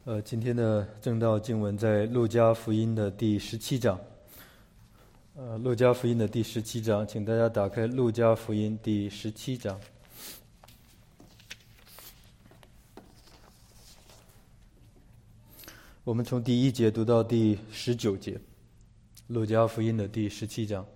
今天的正道经文在路加福音的第17章。路加福音的第17章，请大家打开路加福音第17章。我们从第1节读到第19节，路加福音的第17章。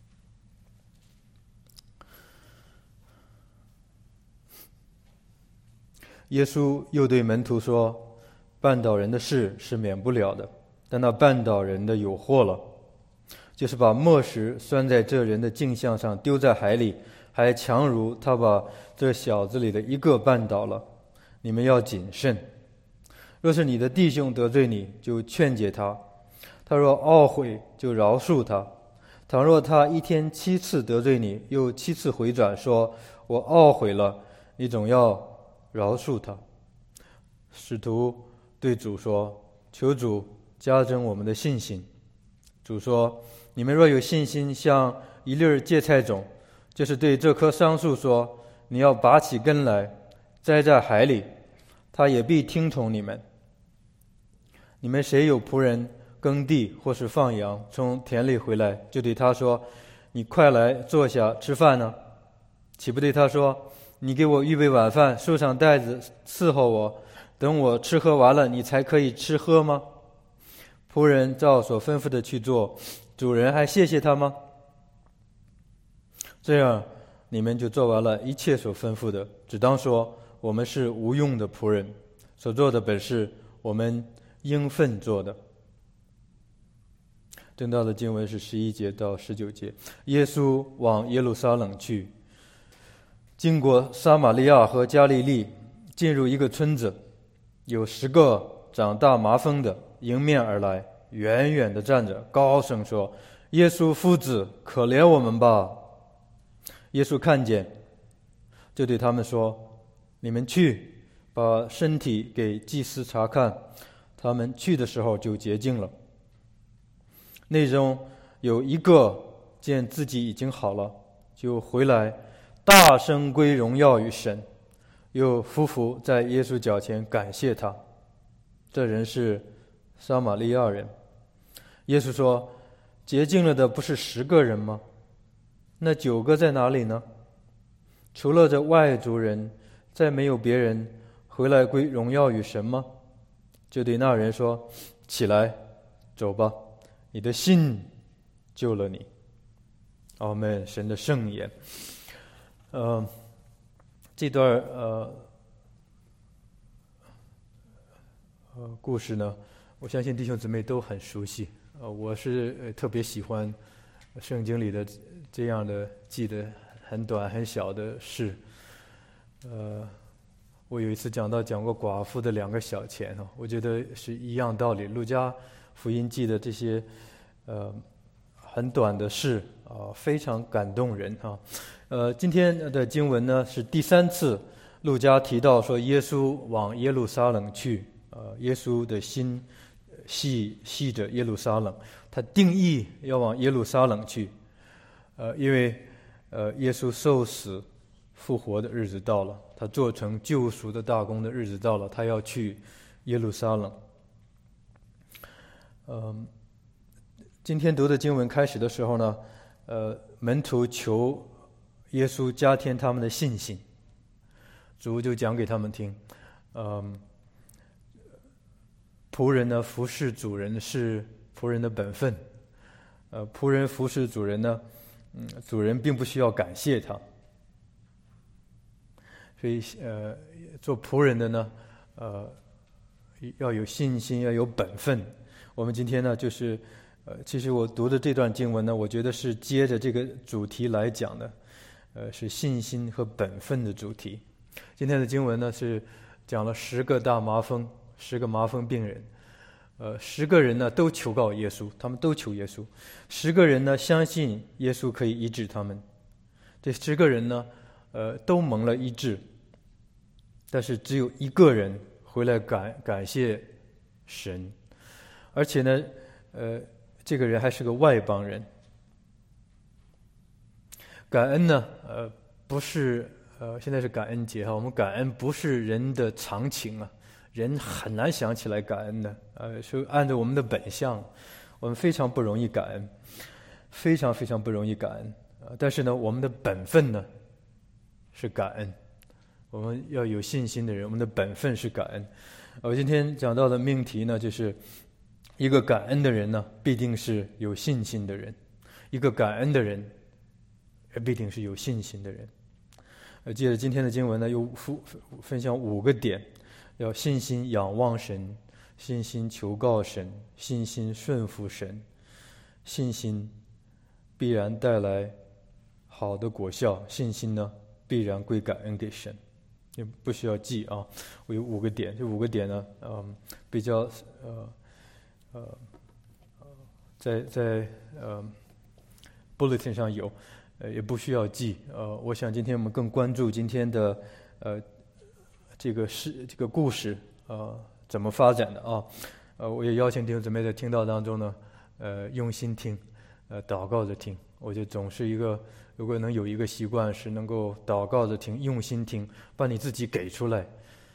耶稣又对门徒说：绊倒人的事是免不了的，但那绊倒人的有祸了，就是把磨石拴在这人的颈项上，丢在海里，还强如他把这小子里的一个绊倒了。你们要谨慎。若是你的弟兄得罪你，就劝解他；他若懊悔，就饶恕他。倘若他一天7次得罪你，又7次回转，说我懊悔了，你总要饶恕他。使徒对主说：求主加增我们的信心。主说：你们若有信心像一粒芥菜种，就是对这棵桑树说，你要拔起根来栽在海里，他也必听从你们。你们谁有仆人耕地或是放羊，从田里回来，就对他说，你快来坐下吃饭呢？岂不对他说，你给我预备晚饭，束上带子伺候我，等我吃喝完了，你才可以吃喝吗？仆人照所吩咐的去做，主人还谢谢他吗？这样你们就做完了一切所吩咐的，只当说我们是无用的仆人，所做的本是我们应分做的。正道的经文是11节到19节。耶稣往耶路撒冷去，经过撒玛利亚和加利利，进入一个村子，有10个长大麻风的迎面而来，远远地站着，高声说：耶稣夫子，可怜我们吧！耶稣看见，就对他们说：你们去，把身体给祭司查看。他们去的时候就洁净了。内中有一个见自己已经好了，就回来大声归荣耀于神，又匍匐在耶稣脚前感谢他。这人是撒玛利亚人。耶稣说：洁净了的不是10个人吗？那9个在哪里呢？除了这外族人，再没有别人回来归荣耀于神吗？就对那人说：起来，走吧，你的信救了你。阿们。神的圣言。这段故事呢，我相信弟兄姊妹都很熟悉。我是特别喜欢圣经里的这样的记得很短很小的事。我有一次讲过寡妇的2个小钱，我觉得是一样道理。路加福音记的这些很短的事非常感动人啊。今天的经文呢是第3次路加提到说耶稣往耶路撒冷去，耶稣的心系着耶路撒冷，他定义要往耶路撒冷去，因为耶稣受死复活的日子到了，他做成救赎的大功的日子到了，他要去耶路撒冷。今天读的经文开始的时候呢，门徒求耶稣加添他们的信心，主就讲给他们听，仆人呢服侍主人是仆人的本分，仆人服侍主人呢，主人并不需要感谢他。所以做仆人的呢，要有信心，要有本分。我们今天呢，就是其实我读的这段经文呢，我觉得是接着这个主题来讲的，是信心和本分的主题。今天的经文呢是讲了10个大麻风，10个麻风病人，10个人呢都求告耶稣，他们都求耶稣。10个人呢相信耶稣可以医治他们，这10个人呢，都蒙了医治。但是只有1个人回来感谢神，而且呢，这个人还是个外邦人。感恩呢，不是现在是感恩节哈，我们感恩不是人的常情啊， 人很难想起来感恩的，是按照我们的本相，我们非常不容易感恩，非常非常不容易感恩。但是呢，我们的本分呢是感恩。我们要有信心的人，我们的本分是感恩。我今天讲到的命题呢，就是一个感恩的人呢，必定是有信心的人；一个感恩的人，必定是有信心的人。借着今天的经文呢，又分享5个点：要信心仰望神，信心求告神，信心顺服神，信心必然带来好的果效，信心呢必然归感恩给神。也不需要记啊，我有5个点，这5个点呢，比较在bulletin 上有，也不需要记。我想今天我们更关注今天的这个故事怎么发展的啊。我也邀请弟兄姊妹在听到当中呢，用心听，祷告着听。我就总是如果能有一个习惯是能够祷告着听，用心听，把你自己给出来，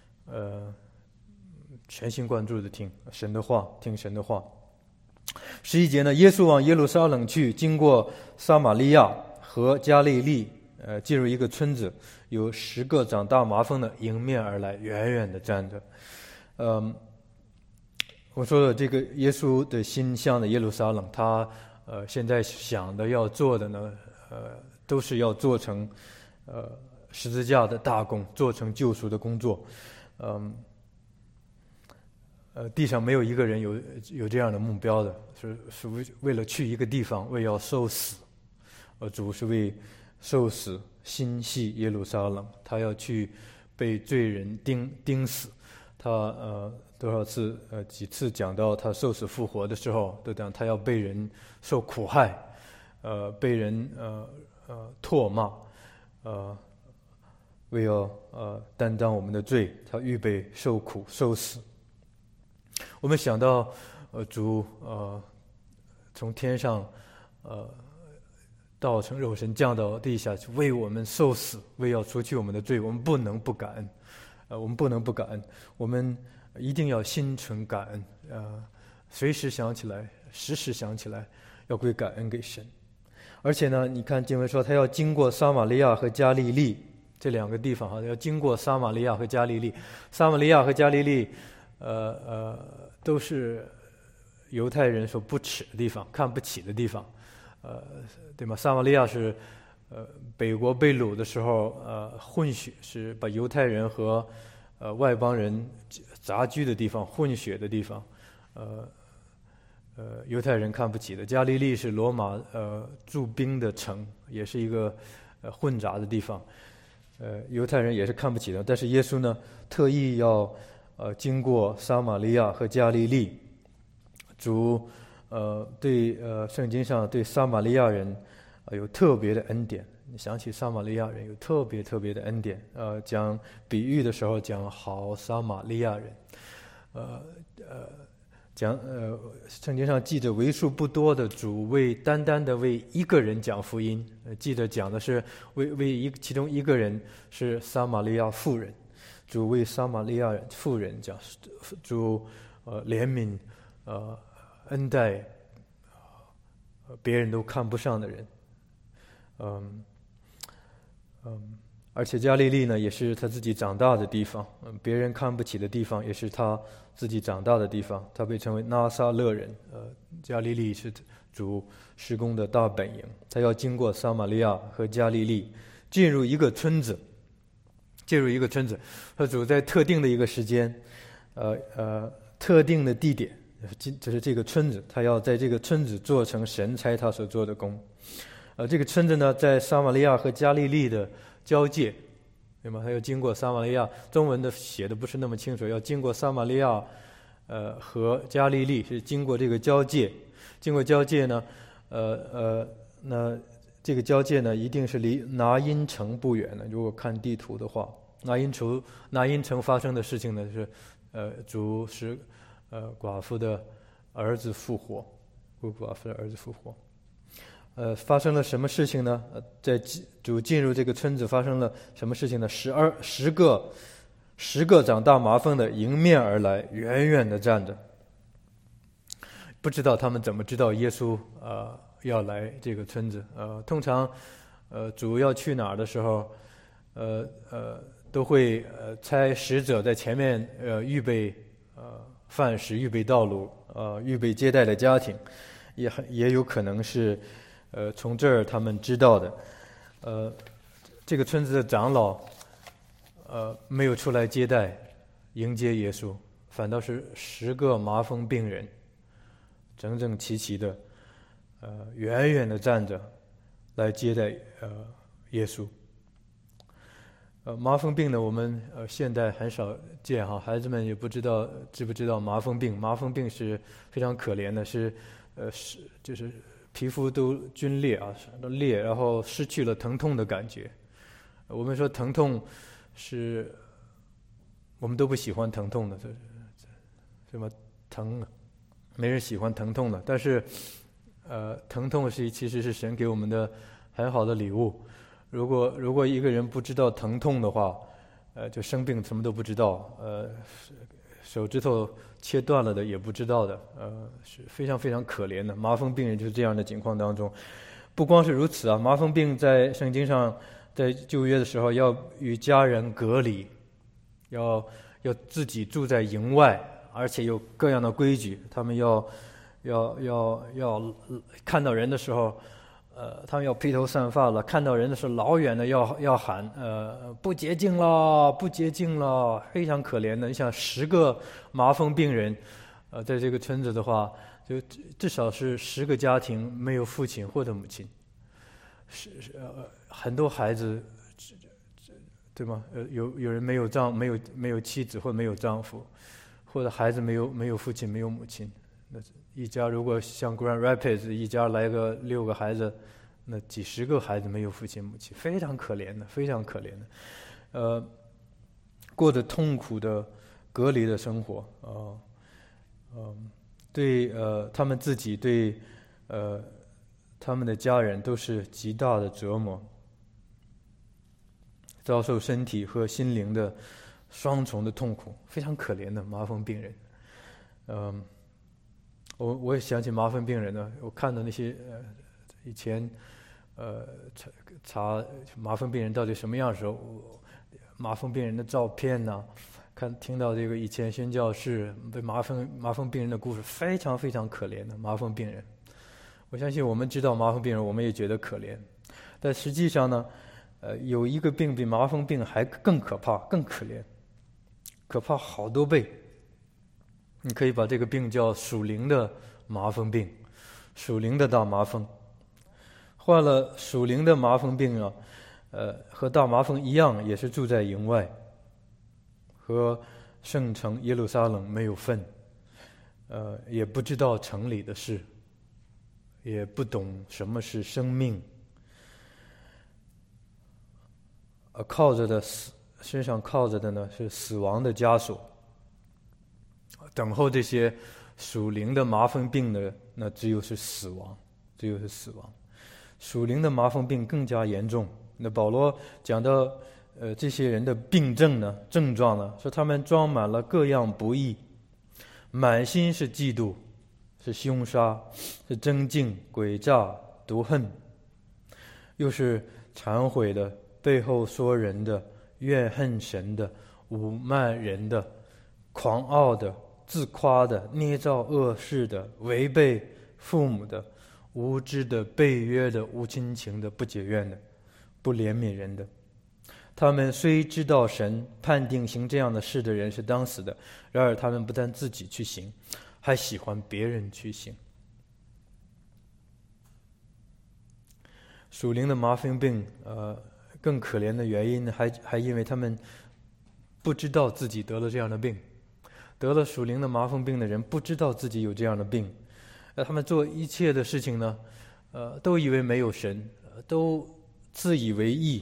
全心贯注的听神的话，听神的话。11节呢，耶稣往耶路撒冷去，经过撒玛利亚和加利利，进入一个村子，有10个长大麻风的迎面而来，远远的站着。我说了，这个耶稣的心向的耶路撒冷，他现在想的要做的呢，都是要做成十字架的大功，做成救赎的工作。地上没有一个人有这样的目标的，是为了去一个地方，为要受死。主是为受死心系耶路撒冷，他要去被罪人钉死。他多少次几次讲到他受死复活的时候，都讲他要被人受苦害，被人唾骂，为要担当我们的罪，他预备受苦受死。我们想到主从天上道成肉身降到地下去为我们受死，为要除去我们的罪，我们不能不感恩。我们不能不感恩，我们一定要心存感恩，随时想起来，时时想起来，要归感恩给神。而且呢，你看经文说他要经过撒玛利亚和加利利这2个地方哈，要经过撒玛利亚和加利利。撒玛利亚和加利利都是犹太人所不耻的地方，看不起的地方，对吗？撒玛利亚是北国被掳的时候，混血，是把犹太人和外邦人杂居的地方，混血的地方，犹太人看不起的。加利利是罗马驻兵的城，也是一个混杂的地方，犹太人也是看不起的。但是耶稣呢，特意要经过撒玛利亚和加利利。主对圣经上对撒玛利亚人有特别的恩典。你想起撒玛利亚人有特别特别的恩典。讲比喻的时候讲好撒玛利亚人，讲圣经上记着为数不多的主单单的为一个人讲福音，记得讲的是为其中一个人是撒玛利亚妇人，主为撒玛利亚妇人讲，主怜悯恩待别人都看不上的人。而且加利利呢，也是他自己长大的地方，别人看不起的地方，也是他自己长大的地方。他被称为拿撒勒人。加利利是主施工的大本营。他要经过撒玛利亚和加利利，进入一个村子。他主在特定的一个时间，特定的地点，就是这个村子，他要在这个村子做成神差他所做的工。这个村子呢，在撒玛利亚和加利利的交界，对吗？他要经过撒玛利亚，中文的写的不是那么清楚，要经过撒玛利亚，和加利利，是经过这个交界。经过交界呢，那这个交界呢，一定是离拿因城不远的。如果看地图的话，拿因城发生的事情呢是，主使寡妇的儿子复活，寡妇的儿子复活。发生了什么事情呢？在主进入这个村子发生了什么事情呢？10个 10个长大麻风的迎面而来，远远地站着。不知道他们怎么知道耶稣要来这个村子。通常主要去哪儿的时候，都会差使者在前面预备饭食，预备道路，预备接待的家庭，也有可能是从这儿他们知道的。这个村子的长老没有出来接待迎接耶稣，反倒是10个麻风病人整整齐齐的远远的站着来接待耶稣。麻风病呢，我们现代很少见哈，孩子们也不知道知不知道麻风病。麻风病是非常可怜的，就是皮肤都皲裂都裂，然后失去了疼痛的感觉。我们说疼痛是，我们都不喜欢疼痛的，什么疼啊，没人喜欢疼痛的。但是疼痛其实是神给我们的很好的礼物。如果一个人不知道疼痛的话，就生病什么都不知道，手指头切断了的也不知道的，是非常非常可怜的。麻风病人就是这样的情况当中。不光是如此啊，麻风病在圣经上在旧约的时候要与家人隔离，要自己住在营外，而且有各样的规矩。他们要看到人的时候，他们要披头散发了，看到人的时候老远的要喊不洁净了，不洁净了，非常可怜的。你想10个麻风病人在这个村子的话，就至少是10个家庭没有父亲或者母亲，很多孩子，对吗？有人没有妻子或没有丈夫，或者孩子没有父亲没有母亲。那一家如果像 Grand Rapids 一家来个6个孩子，那几10个孩子没有父亲母亲，非常可怜的，非常可怜的，过着痛苦的隔离的生活，对他们自己对他们的家人都是极大的折磨，遭受身体和心灵的双重的痛苦，非常可怜的麻风病人。我也想起麻风病人呢，我看到那些以前查麻风病人到底什么样的时候，麻风病人的照片呢，听到这个以前宣教士对麻风病人的故事，非常非常可怜的麻风病人。我相信我们知道麻风病人，我们也觉得可怜，但实际上呢，有一个病比麻风病还更可怕、更可怜，可怕好多倍。你可以把这个病叫属灵的麻风病，属灵的大麻风。患了属灵的麻风病啊，和大麻风一样，也是住在营外，和圣城耶路撒冷没有份，也不知道城里的事，也不懂什么是生命，身上靠着的呢是死亡的枷锁。等候这些属灵的麻风病的，那只有是死亡，只有是死亡。属灵的麻风病更加严重。那保罗讲到这些人的病症状呢，说他们装满了各样不义，满心是嫉妒，是凶杀，是争竞、诡诈、毒恨，又是忏悔的，背后说人的，怨恨神的，侮慢人的，狂傲的，自夸的，捏造恶事的，违背父母的，无知的，背约的，无亲情的，不解怨的，不怜悯人的。他们虽知道神判定行这样的事的人是当死的，然而他们不但自己去行，还喜欢别人去行。属灵的麻风病更可怜的原因还因为他们不知道自己得了这样的病。得了属灵的麻风病的人不知道自己有这样的病，他们做一切的事情呢，都以为没有神，都自以为义，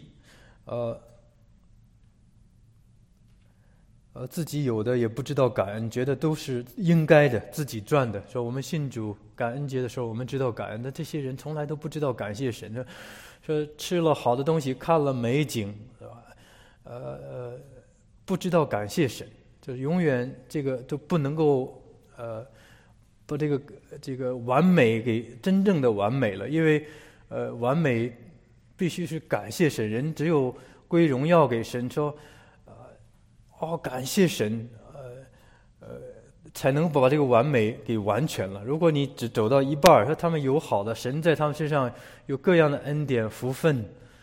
自己有的也不知道感恩，觉得都是应该的，自己赚的。说我们信主感恩节的时候，我们知道感恩，但这些人从来都不知道感谢神。说吃了好的东西，看了美景， 不知道感谢神，就是永远这个都不能够把这个完美给真正的完美了，因为完美必须是感谢神，人只有归荣耀给神，说感谢神，才能把这个完美给完全了。如果你只走到一半，说他们有好的，神在他们身上有各样的恩典福分，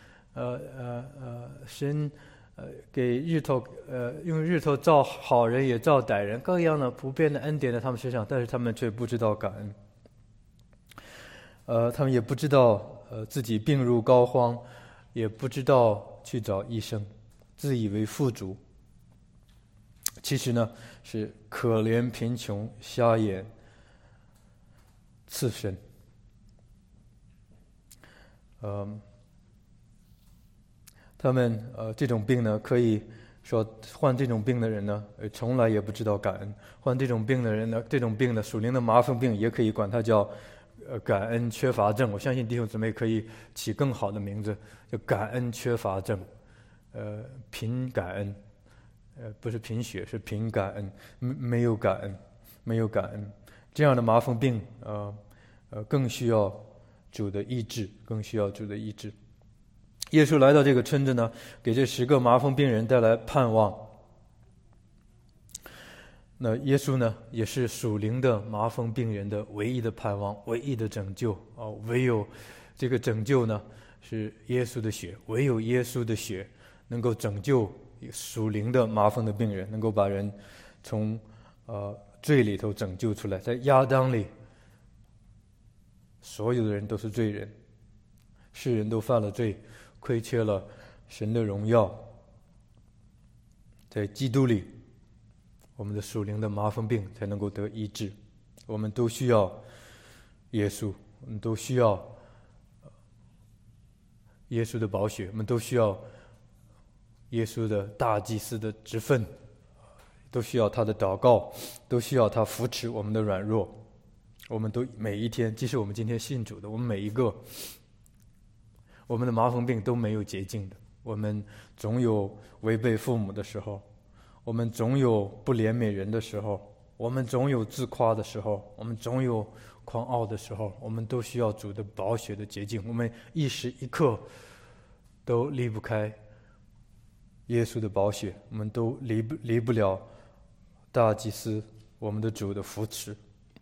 神给日头用日头照好人也照歹人，各样的普遍的恩典在他们身上，但是他们却不知道感恩。他们也不知道自己病入膏肓，也不知道去找医生，自以为富足，其实呢是可怜贫穷瞎眼刺身。他们这种病呢，可以说患这种病的人呢，从来也不知道感恩。患这种病的人呢，这种病的属灵的麻风病，也可以管它叫感恩缺乏症。我相信弟兄姊妹可以起更好的名字，叫感恩缺乏症。贫感恩，不是贫血，是贫感恩，没有感恩，没有感恩。这样的麻风病，更需要主的医治，更需要主的医治。耶稣来到这个村子呢，给这10个麻风病人带来盼望。那耶稣呢，也是属灵的麻风病人的唯一的盼望，唯一的拯救。唯有这个拯救呢，是耶稣的血，唯有耶稣的血能够拯救属灵的麻风的病人，能够把人从罪里头拯救出来。在亚当里，所有的人都是罪人，世人都犯了罪，亏缺了神的荣耀。在基督里，我们的属灵的麻风病才能够得医治。我们都需要耶稣，我们都需要耶稣的宝血，我们都需要耶稣的大祭司的职分，都需要他的祷告，都需要他扶持我们的软弱。我们都每一天，即使我们今天信主的，我们每一个，我们的麻风病都没有捷径的。我们总有违背父母的时候，我们总有不怜悯人的时候，我们总有自夸的时候，我们总有狂傲的时候。我们都需要主的宝血的捷径，我们一时一刻都离不开耶稣的宝血，我们都离不了大祭司我们的主的扶持。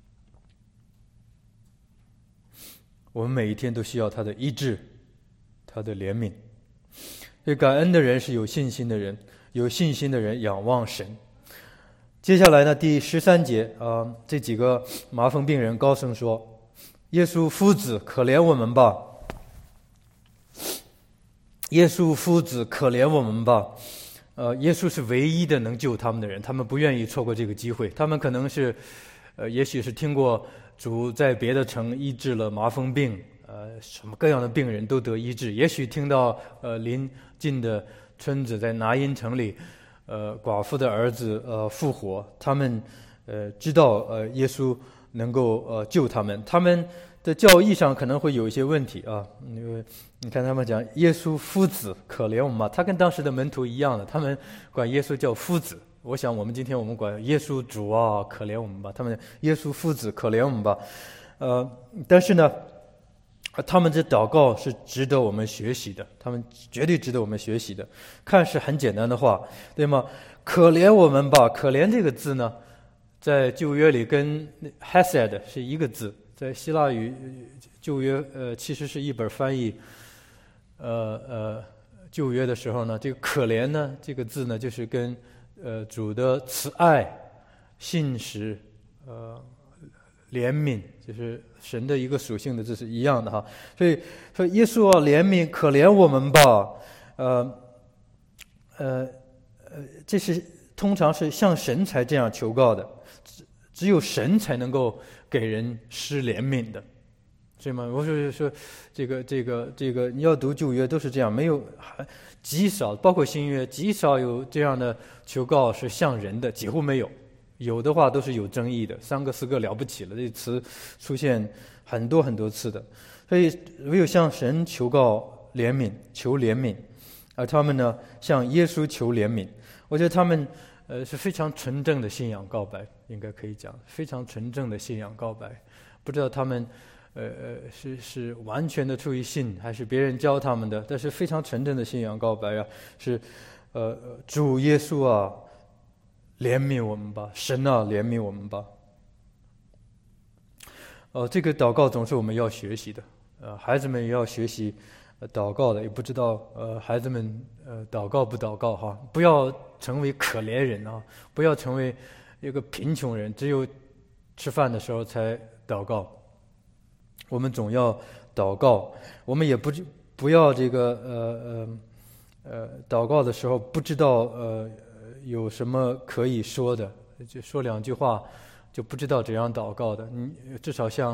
我们每一天都需要他的医治，他的怜悯。所以感恩的人是有信心的人，有信心的人仰望神。接下来呢，第13节这几个麻风病人高声说：耶稣夫子，可怜我们吧！耶稣夫子，可怜我们吧！耶稣是唯一的能救他们的人，他们不愿意错过这个机会。他们可能是也许是听过主在别的城医治了麻风病，什么各样的病人都得医治。也许听到邻近的村子在拿因城里，寡妇的儿子复活，他们知道耶稣能够救他们。他们的教义上可能会有一些问题啊，因为你看他们讲耶稣夫子可怜我们吧，他跟当时的门徒一样的，他们管耶稣叫夫子。我想我们今天我们管耶稣主啊，可怜我们吧，他们耶稣夫子可怜我们吧。但是呢，他们这祷告是值得我们学习的，他们绝对值得我们学习的。看似很简单的话，对吗？可怜我们吧，可怜这个字呢，在旧约里跟 Hesed 是一个字，在希腊语旧约其实是一本翻译旧约的时候呢，这个可怜呢这个字呢，就是跟主的慈爱、信实、怜悯，就是神的一个属性的字是一样的哈。所以说耶稣啊，怜悯可怜我们吧。这是通常是向神才这样求告的，只有神才能够给人施怜悯的，是吗？我说这个，你要读旧约都是这样，没有极少，包括新约极少有这样的求告是向人的，几乎没有。有的话都是有争议的，3个4个了不起了，这词出现很多很多次的。所以唯有向神求告怜悯，求怜悯。 而他们呢向耶稣求怜悯。我觉得他们是非常纯正的信仰告白，应该可以讲非常纯正的信仰告白。不知道他们是完全的出于信，还是别人教他们的，但是非常纯正的信仰告白啊，是主耶稣啊，怜悯我们吧，神啊，怜悯我们吧。这个祷告总是我们要学习的，孩子们也要学习祷告的。也不知道孩子们祷告不祷告哈？不要成为可怜人啊，不要成为一个贫穷人，只有吃饭的时候才祷告。我们总要祷告，我们也不要这个祷告的时候不知道有什么可以说的，就说两句话就不知道怎样祷告的。你至少像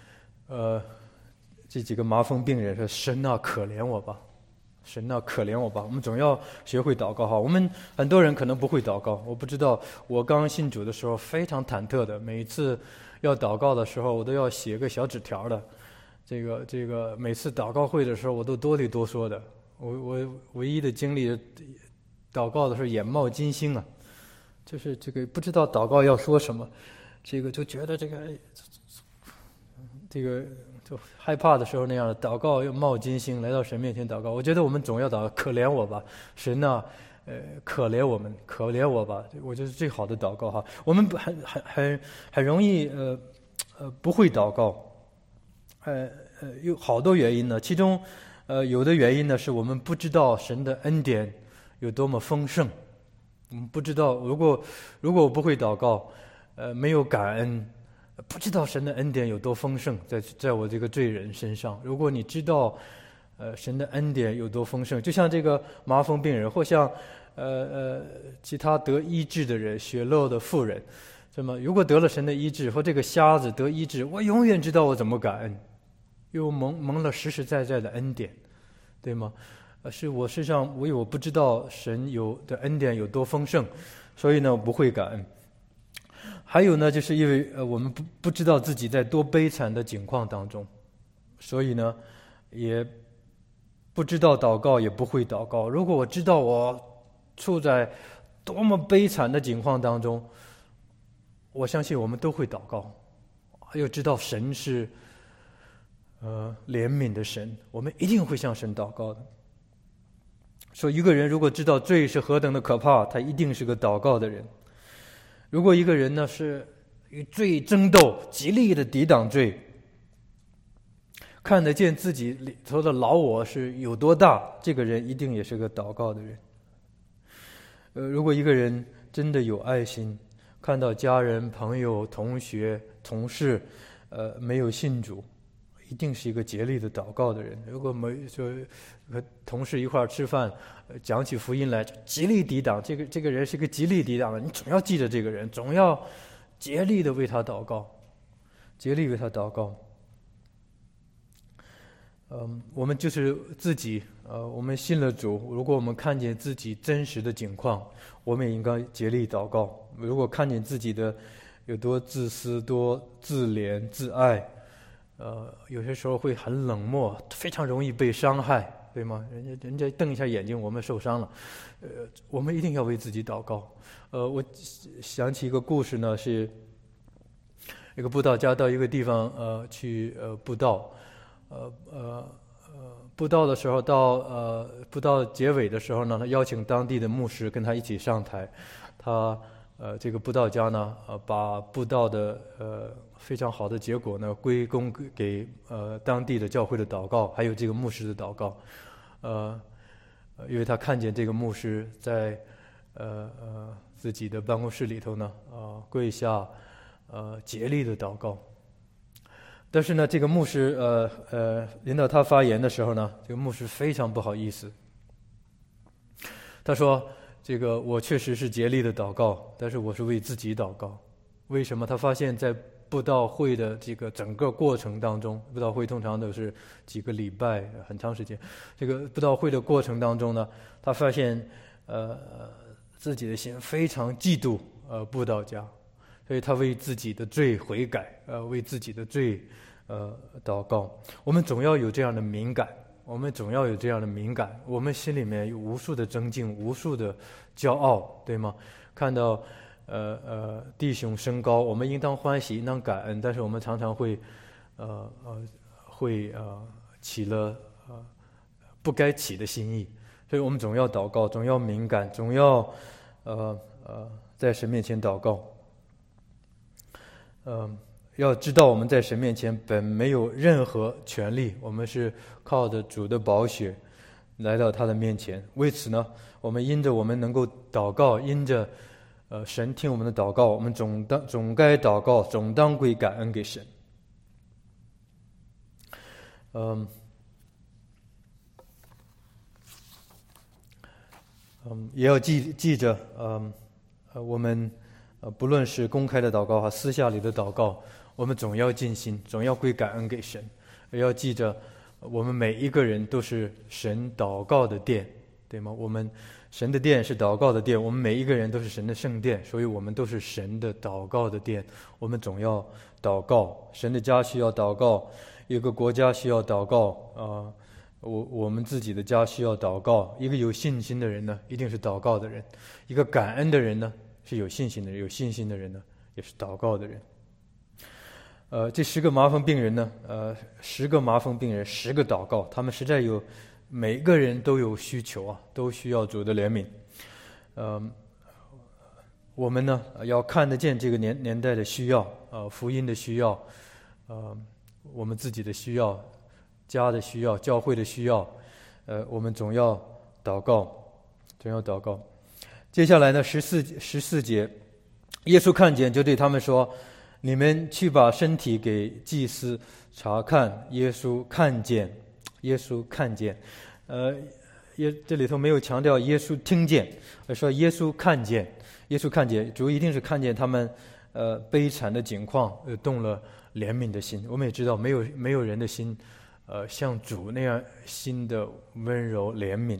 这几个麻风病人说：“神啊，可怜我吧！神啊，可怜我吧！”我们总要学会祷告哈。我们很多人可能不会祷告，我不知道。我刚信主的时候非常忐忑的，每一次要祷告的时候，我都要写个小纸条的。这个每次祷告会的时候，我都哆里哆嗦的。我唯一的经历，祷告的时候眼冒金星啊，就是这个不知道祷告要说什么，这个就觉得这个就害怕的时候那样的祷告要冒金星，来到神面前祷告。我觉得我们总要祷告，可怜我吧，神啊，可怜我们，可怜我吧。我觉得是最好的祷告哈。我们很容易不会祷告，有好多原因呢。其中有的原因呢是我们不知道神的恩典有多么丰盛。我们不知道，如果我不会祷告，没有感恩，不知道神的恩典有多丰盛，在我这个罪人身上。如果你知道神的恩典有多丰盛，就像这个麻风病人，或像其他得医治的人，血漏的妇人，那么如果得了神的医治，或这个瞎子得医治，我永远知道我怎么感恩，因为我蒙了实实在在的恩典，对吗？是我身上，因为我不知道神的恩典有多丰盛，所以呢，我不会感恩。还有呢，就是因为我们不知道自己在多悲惨的境况当中，所以呢，也不知道祷告，也不会祷告。如果我知道我处在多么悲惨的境况当中，我相信我们都会祷告。又知道神是怜悯的神，我们一定会向神祷告的。说一个人如果知道罪是何等的可怕，他一定是个祷告的人。如果一个人呢是与罪争斗，极力的抵挡罪，看得见自己里头的老我是有多大，这个人一定也是个祷告的人。如果一个人真的有爱心，看到家人、朋友、同学、同事没有信主，一定是一个竭力的祷告的人。如果没说和同事一块儿吃饭，讲起福音来，极力抵挡，这个人是个极力抵挡的，你总要记着这个人，总要竭力的为他祷告，竭力为他祷告。我们就是自己，我们信了主，如果我们看见自己真实的境况，我们也应该竭力祷告。如果看见自己的有多自私、多自怜、自爱，有些时候会很冷漠，非常容易被伤害，对吗？人家瞪一下眼睛，我们受伤了，我们一定要为自己祷告。我想起一个故事呢，是一个布道家到一个地方去布道，布道的时候到布道结尾的时候呢，他邀请当地的牧师跟他一起上台，他这个布道家呢把布道的非常好的结果呢归功给当地的教会的祷告，还有这个牧师的祷告，因为他看见这个牧师在自己的办公室里头呢跪下竭力的祷告。但是呢，这个牧师领导他发言的时候呢，这个牧师非常不好意思。他说：“这个我确实是竭力的祷告，但是我是为自己祷告。为什么？他发现在布道会的这个整个过程当中，布道会通常都是几个礼拜，很长时间。这个布道会的过程当中呢，他发现自己的心非常嫉妒布道家。”所以他为自己的罪悔改，为自己的罪祷告。我们总要有这样的敏感， 我们总要有这样的敏感。我们心里面有无数的争竞，无数的骄傲，对吗？看到弟兄升高，我们应当欢喜，应当感恩，但是我们常常会起了不该起的心意，所以我们总要祷告，总要敏感，总要在神面前祷告。要知道我们在神面前本没有任何权利，我们是靠着主的宝血来到他的面前。为此呢，我们因着我们能够祷告，因着神听我们的祷告，我们总该祷告，总当归感恩给神。也要记着，我们不论是公开的祷告和私下里的祷告，我们总要尽心，总要归感恩给神。也要记着，我们每一个人都是神祷告的殿，对吗？我们神的殿是祷告的殿，我们每一个人都是神的圣殿，所以我们都是神的祷告的殿。我们总要祷告，神的家需要祷告，一个国家需要祷告我们自己的家需要祷告。一个有信心的人呢，一定是祷告的人；一个感恩的人呢，是有信心的人；有信心的人呢，也是祷告的人。这10个麻风病人呢，10个麻风病人，10个祷告，他们实在有，每个人都有需求啊，都需要主的怜悯。我们呢要看得见这个年代的需要，福音的需要，我们自己的需要，家的需要，教会的需要，我们总要祷告，总要祷告。接下来呢，14节，耶稣看见，就对他们说：“你们去把身体给祭司查看。”耶稣看见，耶稣看见，这里头没有强调耶稣听见，而说耶稣看见，耶稣看见，主一定是看见他们悲惨的境况，动了怜悯的心。我们也知道，没有人的心像主那样心的温柔怜悯。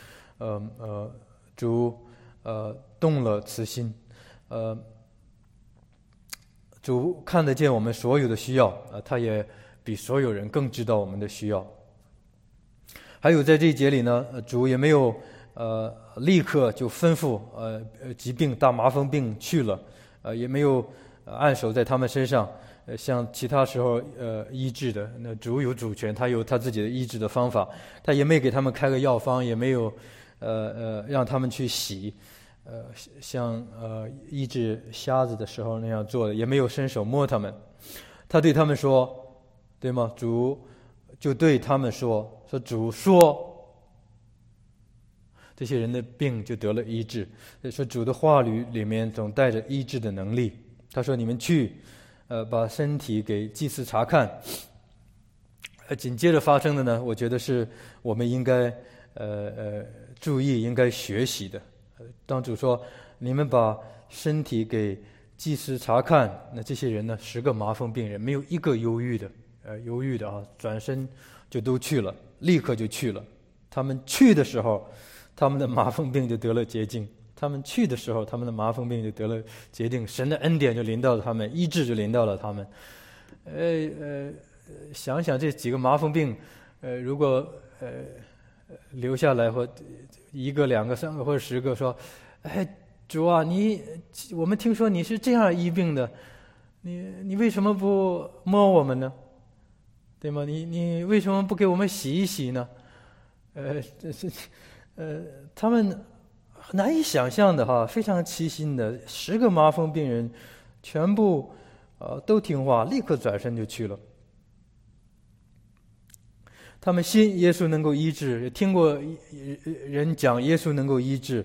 主动了慈心，主看得见我们所有的需要，他也比所有人更知道我们的需要。还有在这一节里呢，主也没有立刻就吩咐疾病大麻风病去了，也没有按手在他们身上，像其他时候医治的。那主有主权，他有他自己的医治的方法，他也没给他们开个药方，也没有让他们去洗，像医治瞎子的时候那样做的，也没有伸手摸他们。他对他们说，对吗？主就对他们说主说，这些人的病就得了医治。说主的话语里面总带着医治的能力。他说：“你们去，把身体给祭司查看。”紧接着发生的呢，我觉得是我们应该注意、应该学习的。当主说：“你们把身体给祭司查看。”那这些人呢，10个麻风病人，没有一个犹豫的转身就都去了，立刻就去了。他们去的时候，他们的麻风病就得了洁净；他们去的时候，他们的麻风病就得了洁净。神的恩典就临到了他们，医治就临到了他们。想想这几个麻风病，如果留下来或1个、2个、3个或者10个，说：“哎，主啊，我们听说你是这样医病的，你为什么不摸我们呢？对吗？你为什么不给我们洗一洗呢？”他们难以想象的非常齐心的10个麻风病人，全部都听话，立刻转身就去了。他们信耶稣能够医治，也听过人讲耶稣能够医治。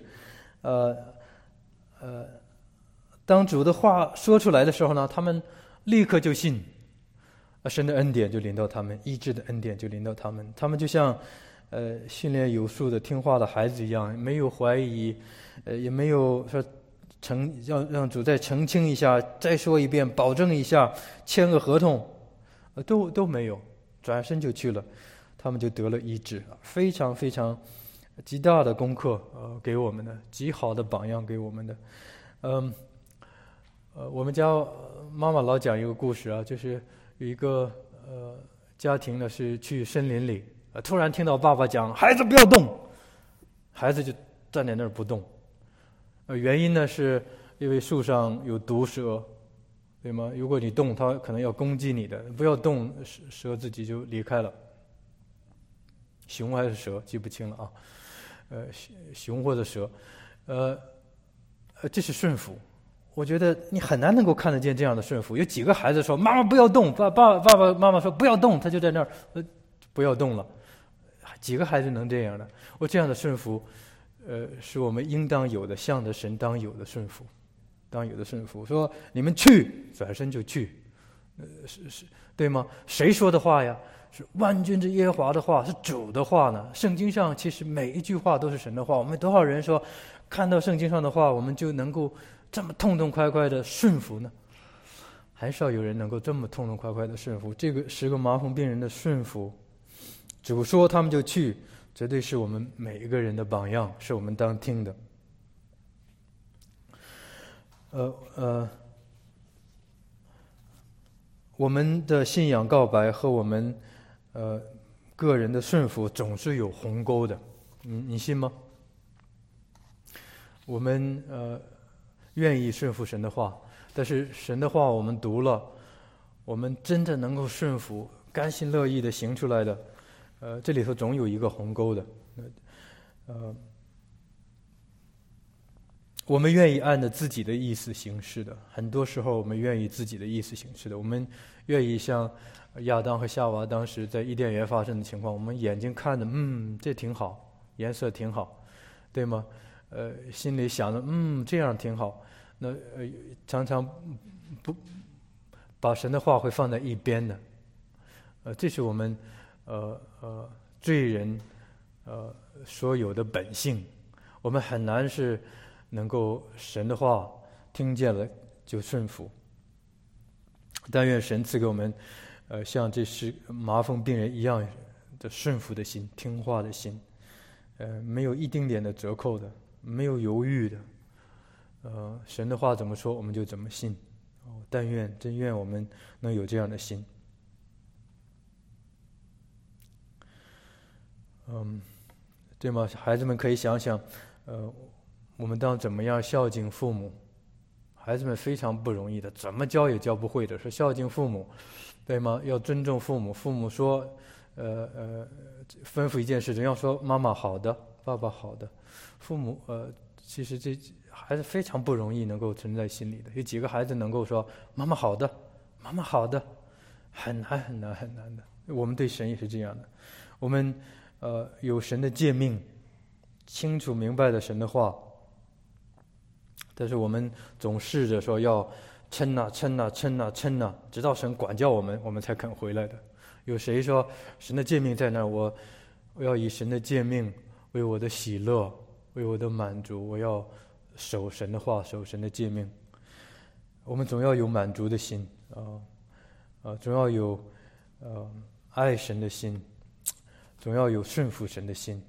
当主的话说出来的时候呢，他们立刻就信，神的恩典就临到他们，医治的恩典就临到他们。他们就像训练有素的听话的孩子一样，没有怀疑，也没有说让主再澄清一下，再说一遍，保证一下，签个合同，都没有，转身就去了。他们就得了医治，非常非常极大的功课给我们的，极好的榜样给我们的。我们家妈妈老讲一个故事啊，就是有一个家庭呢是去森林里突然听到爸爸讲孩子不要动，孩子就站在那儿不动。原因呢是因为树上有毒蛇，对吗？如果你动，它可能要攻击你的，不要动，蛇自己就离开了。熊还是蛇记不清了啊，熊或者蛇，这是顺服。我觉得你很难能够看得见这样的顺服。有几个孩子说妈妈不要动，爸爸妈妈说不要动，他就在那儿不要动了。几个孩子能这样的？这样的顺服，是我们应当有的，向着神当有的顺服，当有的顺服。说你们去，转身就去，是对吗？谁说的话呀？是万军之耶和华的话，是主的话呢。圣经上其实每一句话都是神的话。我们多少人说看到圣经上的话，我们就能够这么痛痛快快的顺服呢？很少有人能够这么痛痛快快的顺服。这个10个麻风病人的顺服，主说他们就去，绝对是我们每一个人的榜样，是我们当听的。我们的信仰告白和我们个人的顺服总是有鸿沟的，你信吗？我们愿意顺服神的话，但是神的话我们读了，我们真的能够顺服，甘心乐意的行出来的，这里头总有一个鸿沟的。我们愿意按着自己的意思行事的，很多时候我们愿意自己的意思行事的，我们愿意像亚当和夏娃当时在伊甸园发生的情况，我们眼睛看着这挺好，颜色挺好，对吗？心里想着这样挺好，那常常不把神的话会放在一边的，这是我们罪人所有的本性，我们很难是能够神的话听见了就顺服。但愿神赐给我们像这10麻风病人一样的顺服的心，听话的心，没有一丁点的折扣的，没有犹豫的，神的话怎么说我们就怎么信。真愿我们能有这样的心。对吗？孩子们可以想想，我们当怎么样孝敬父母？孩子们非常不容易的，怎么教也教不会的。说孝敬父母，对吗？要尊重父母。父母说，吩咐一件事情，要说妈妈好的，爸爸好的。父母其实这还是非常不容易能够存在心里的。有几个孩子能够说妈妈好的，妈妈好的，很难很难很难的。我们对神也是这样的，我们有神的诫命，清楚明白了神的话，但是我们总试着说要撑啊撑啊撑啊撑啊，直到神管教我们，我们才肯回来的。有谁说神的诫命在那儿，我要以神的诫命为我的喜乐，为我的满足，我要守神的话，守神的诫命。我们总要有满足的心总要有爱神的心，总要有顺服神的心。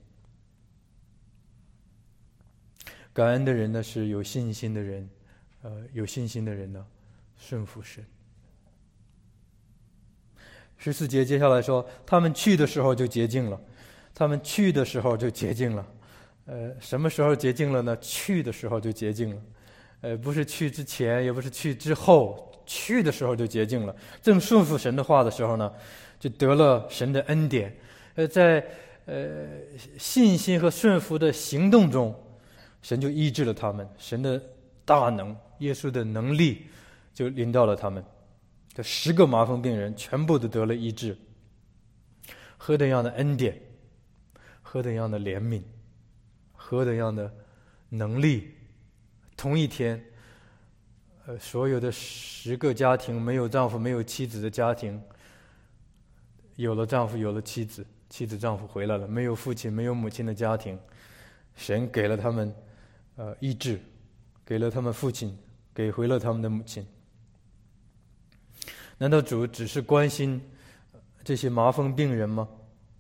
感恩的人呢是有信心的人，有信心的人呢顺服神。14节接下来说，他们去的时候就洁净了，他们去的时候就洁净了。什么时候洁净了呢？去的时候就洁净了，不是去之前，也不是去之后，去的时候就洁净了。正顺服神的话的时候呢，就得了神的恩典。在信心和顺服的行动中，神就医治了他们，神的大能，耶稣的能力就临到了他们。这10个麻风病人全部都得了医治。何等样的恩典，何等样的怜悯，何等样的能力。同一天所有的10个家庭，没有丈夫没有妻子的家庭，有了丈夫有了妻子，妻子丈夫回来了，没有父亲没有母亲的家庭，神给了他们医治，给了他们父亲，给回了他们的母亲。难道主只是关心这些麻风病人吗？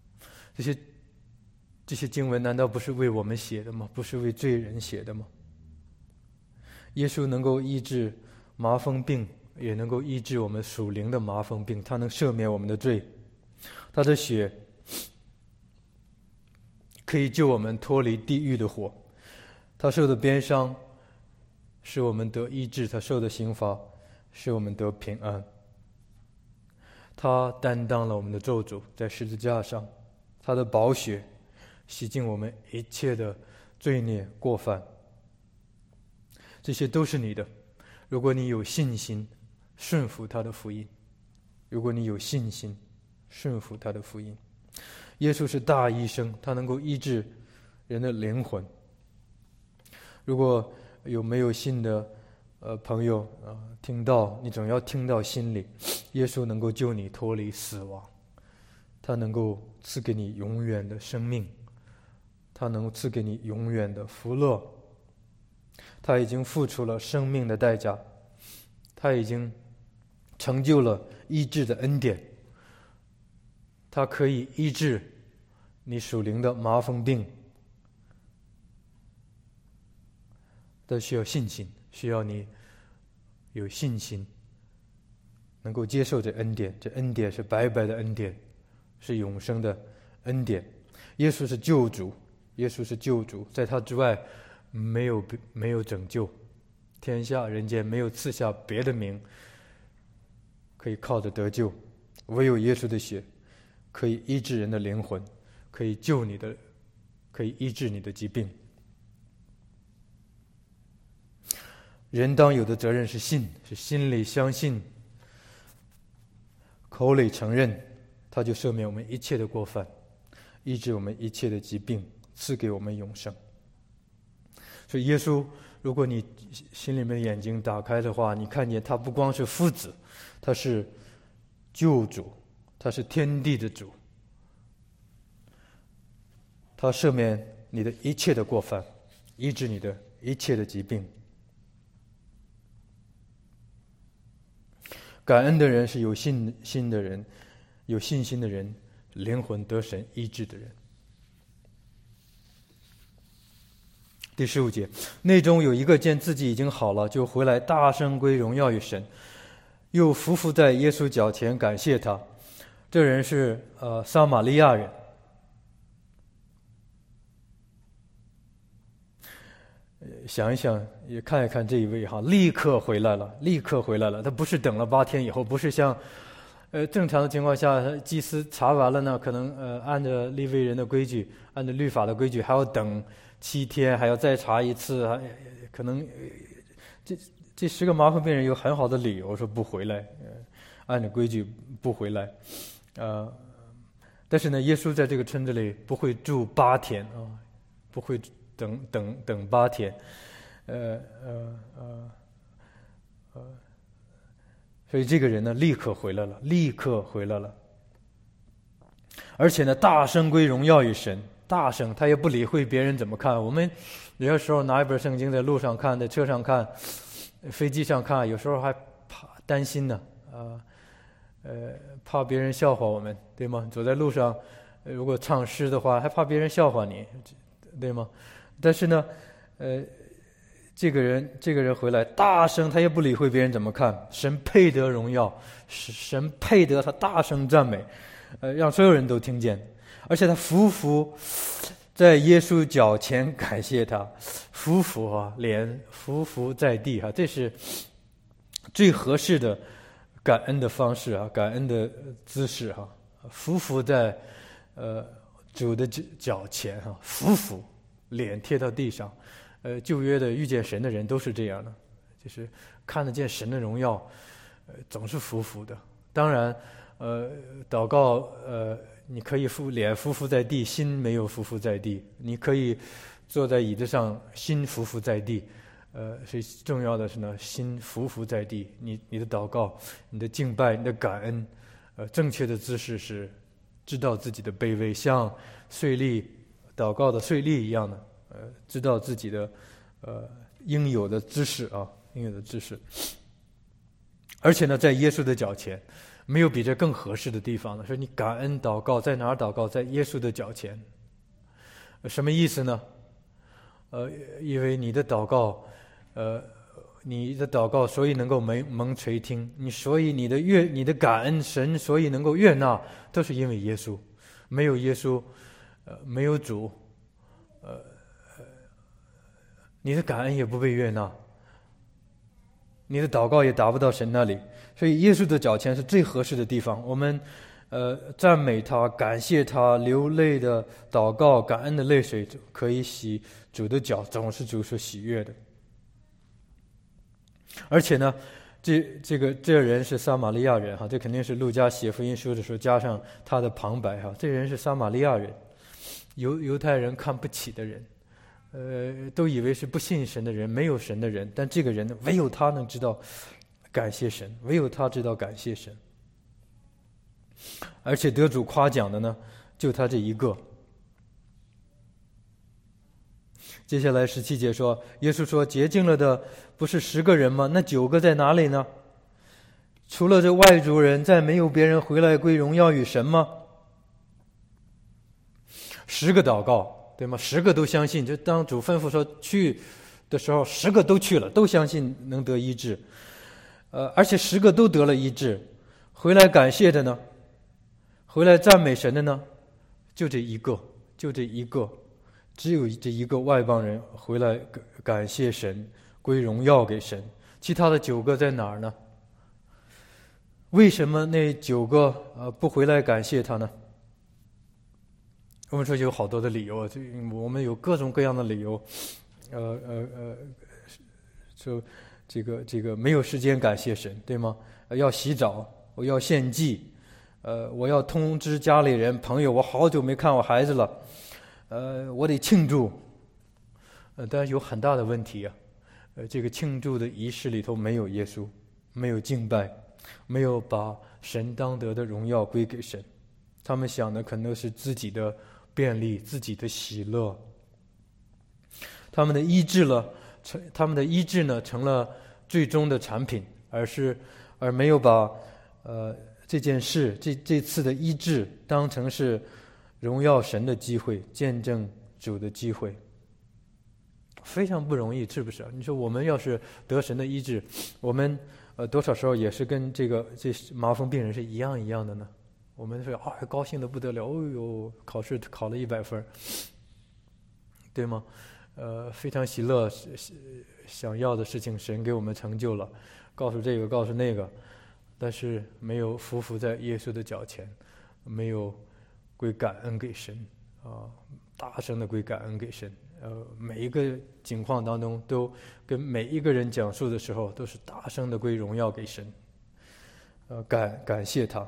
这些经文难道不是为我们写的吗？不是为罪人写的吗？耶稣能够医治麻风病，也能够医治我们属灵的麻风病，他能赦免我们的罪，他的血可以救我们脱离地狱的火。他受的鞭伤使我们得医治，他受的刑罚使我们得平安。他担当了我们的咒诅，在十字架上，他的宝血洗净我们一切的罪孽过犯。这些都是你的，如果你有信心顺服他的福音，如果你有信心顺服他的福音。耶稣是大医生，他能够医治人的灵魂。如果有没有信的朋友听到，你总要听到心里，耶稣能够救你脱离死亡，他能够赐给你永远的生命，他能够赐给你永远的福乐。他已经付出了生命的代价，他已经成就了医治的恩典，他可以医治你属灵的麻风病。但需要信心，需要你有信心能够接受这恩典。这恩典是白白的恩典，是永生的恩典。耶稣是救主，耶稣是救主，在他之外没有拯救，天下人间没有赐下别的名可以靠着得救，唯有耶稣的血可以医治人的灵魂，可以救你的，可以医治你的疾病。人当有的责任是信，是心里相信，口里承认，他就赦免我们一切的过犯，医治我们一切的疾病，赐给我们永生。所以耶稣，如果你心里面的眼睛打开的话，你看见他不光是父子，他是救主，他是天地的主，他赦免你的一切的过犯，医治你的一切的疾病。感恩的人是有信心的人，有信心的人，灵魂得神医治的人。第15节，内中有一个见自己已经好了，就回来大声归荣耀于神，又匍匐在耶稣脚前感谢他。这人是撒玛利亚人。想一想，也看一看这一位立刻回来了，立刻回来了。他不是等了8天以后，不是像正常的情况下，祭司查完了呢，可能按照利未人的规矩，按照律法的规矩，还要等7天，还要再查一次，可能这10个麻风病人有很好的理由说不回来，按照规矩不回来，但是呢，耶稣在这个村子里不会住8天啊，不会等8天，所以这个人呢，立刻回来了，立刻回来了，而且呢，大声归荣耀于神，大声，他也不理会别人怎么看。我们有些时候拿一本圣经在路上看，在车上看，飞机上看，有时候还担心呢，怕别人笑话我们，对吗？走在路上，如果唱诗的话，还怕别人笑话你，对吗？但是呢，这个人回来大声，他也不理会别人怎么看。神配得荣耀，神配得他大声赞美，让所有人都听见。而且他匍匐在耶稣脚前感谢他，匍匐脸匍匐在地这是最合适的感恩的方式感恩的姿势匍匐在主的脚前匍匐，脸贴到地上。旧约的遇见神的人都是这样的，就是看得见神的荣耀，总是匍匐的。当然，祷告，你可以脸匍匐在地，心没有匍匐在地；你可以坐在椅子上，心匍匐在地。所以重要的是呢，心匍匐在地。你的祷告、你的敬拜、你的感恩，正确的姿势是知道自己的卑微，像税吏祷告的税吏一样的。知道自己的应有的姿势应有的姿势。而且呢，在耶稣的脚前，没有比这更合适的地方了。说你感恩祷告在哪儿祷告？在耶稣的脚前。什么意思呢？因为你的祷告，所以能够蒙垂听，所以你的感恩神所以能够悦纳，都是因为耶稣。没有耶稣，没有主， 你的感恩也不被悦纳，你的祷告也达不到神那里。所以耶稣的脚前是最合适的地方。我们赞美他，感谢他，流泪的祷告，感恩的泪水可以洗主的脚，总是主所喜悦的。而且呢，这人是撒玛利亚人哈，这肯定是路加写福音书的时候加上他的旁白哈。这人是撒玛利亚人，犹太人看不起的人，都以为是不信神的人，没有神的人。但这个人呢，唯有他能知道感谢神，唯有他知道感谢神。而且得主夸奖的呢，就他这一个。接下来17节说，耶稣说，洁净了的不是10个人吗？那9个在哪里呢？除了这外族人，再没有别人回来归荣耀与神吗？10个祷告，对吗？10个都相信，就当主吩咐说去的时候，10个都去了，都相信能得医治。而且10个都得了医治，回来感谢的呢，回来赞美神的呢，就这一个，只有这一个外邦人回来感谢神，归荣耀给神。其他的9个在哪儿呢？为什么那9个不回来感谢他呢？我们说有好多的理由，我们有各种各样的理由，就这个没有时间感谢神，对吗？要洗澡，我要献祭，我要通知家里人朋友，我好久没看我孩子了，我得庆祝，但是有很大的问题啊，这个庆祝的仪式里头没有耶稣，没有敬拜，没有把神当得的荣耀归给神，他们想的可能是自己的便利，自己的喜乐，他们的医治呢成了最终的产品，而没有把这件事这次的医治当成是荣耀神的机会，见证主的机会，非常不容易，是不是？你说我们要是得神的医治，我们多少时候也是跟这麻风病人是一样的呢？我们说高兴的不得了，哦呦，考试考了100分，对吗？非常喜乐，想要的事情神给我们成就了，告诉这个告诉那个，但是没有匍匐在耶稣的脚前，没有归感恩给神大声的归感恩给神。每一个情况当中都跟每一个人讲述的时候都是大声的归荣耀给神，感谢他。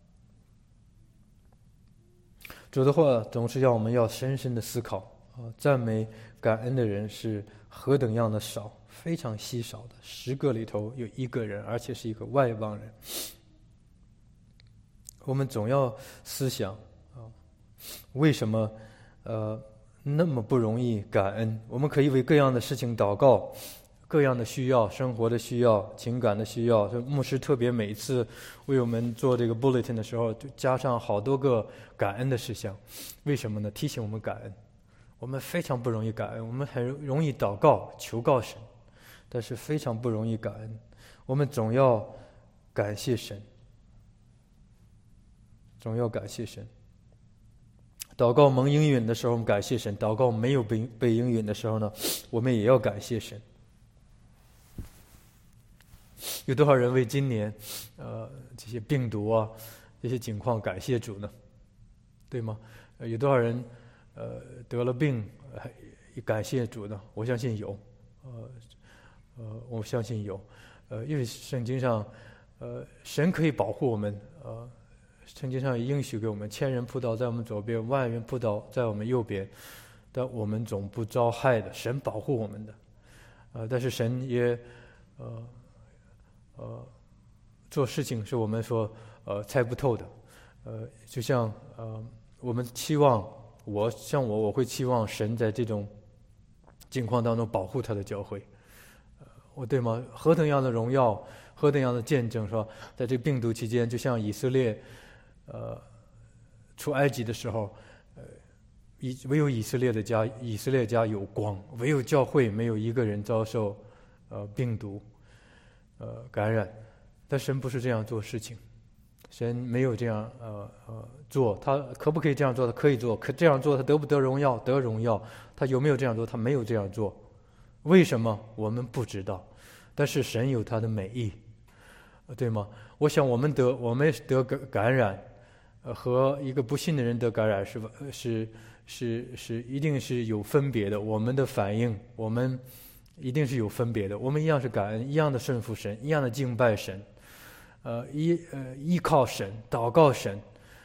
主的话总是要我们要深深的思考赞美感恩的人是何等样的少，非常稀少的，10个里头有1个人，而且是一个外邦人。我们总要思想为什么那么不容易感恩？我们可以为各样的事情祷告，各样的需要，生活的需要，情感的需要。牧师特别每一次为我们做这个 bulletin 的时候，就加上好多个感恩的事项。为什么呢？提醒我们感恩。我们非常不容易感恩，我们很容易祷告求告神，但是非常不容易感恩。我们总要感谢神，总要感谢神。祷告蒙应允的时候，我们感谢神；祷告没有被应允的时候呢，我们也要感谢神。有多少人为今年这些病毒这些情况感谢主呢？对吗？有多少人得了病感谢主呢？我相信有，我相信有，因为圣经上神可以保护我们，圣经上也应许给我们，1000人扑倒在我们左边，10000人扑倒在我们右边，但我们总不遭害的，神保护我们的。但是神也做事情是我们说猜不透的。就像我们期望我会期望神在这种境况当中保护他的教会，对吗？何等样的荣耀，何等样的见证，说在这病毒期间，就像以色列出埃及的时候，唯有以色列家有光，唯有教会没有一个人遭受病毒感染。但神不是这样做事情， 神没有这样做，他可不可以这样做？他可以做，可这样做他得不得荣耀？得荣耀。他有没有这样做？他没有这样做。为什么？我们不知道。但是神有他的美意，对吗？我想我们得感染，和一个不信的人得感染是一定是有分别的。我们的反应，我们一定是有分别的。我们一样是感恩，一样的顺服神，一样的敬拜神。依靠神，祷告神，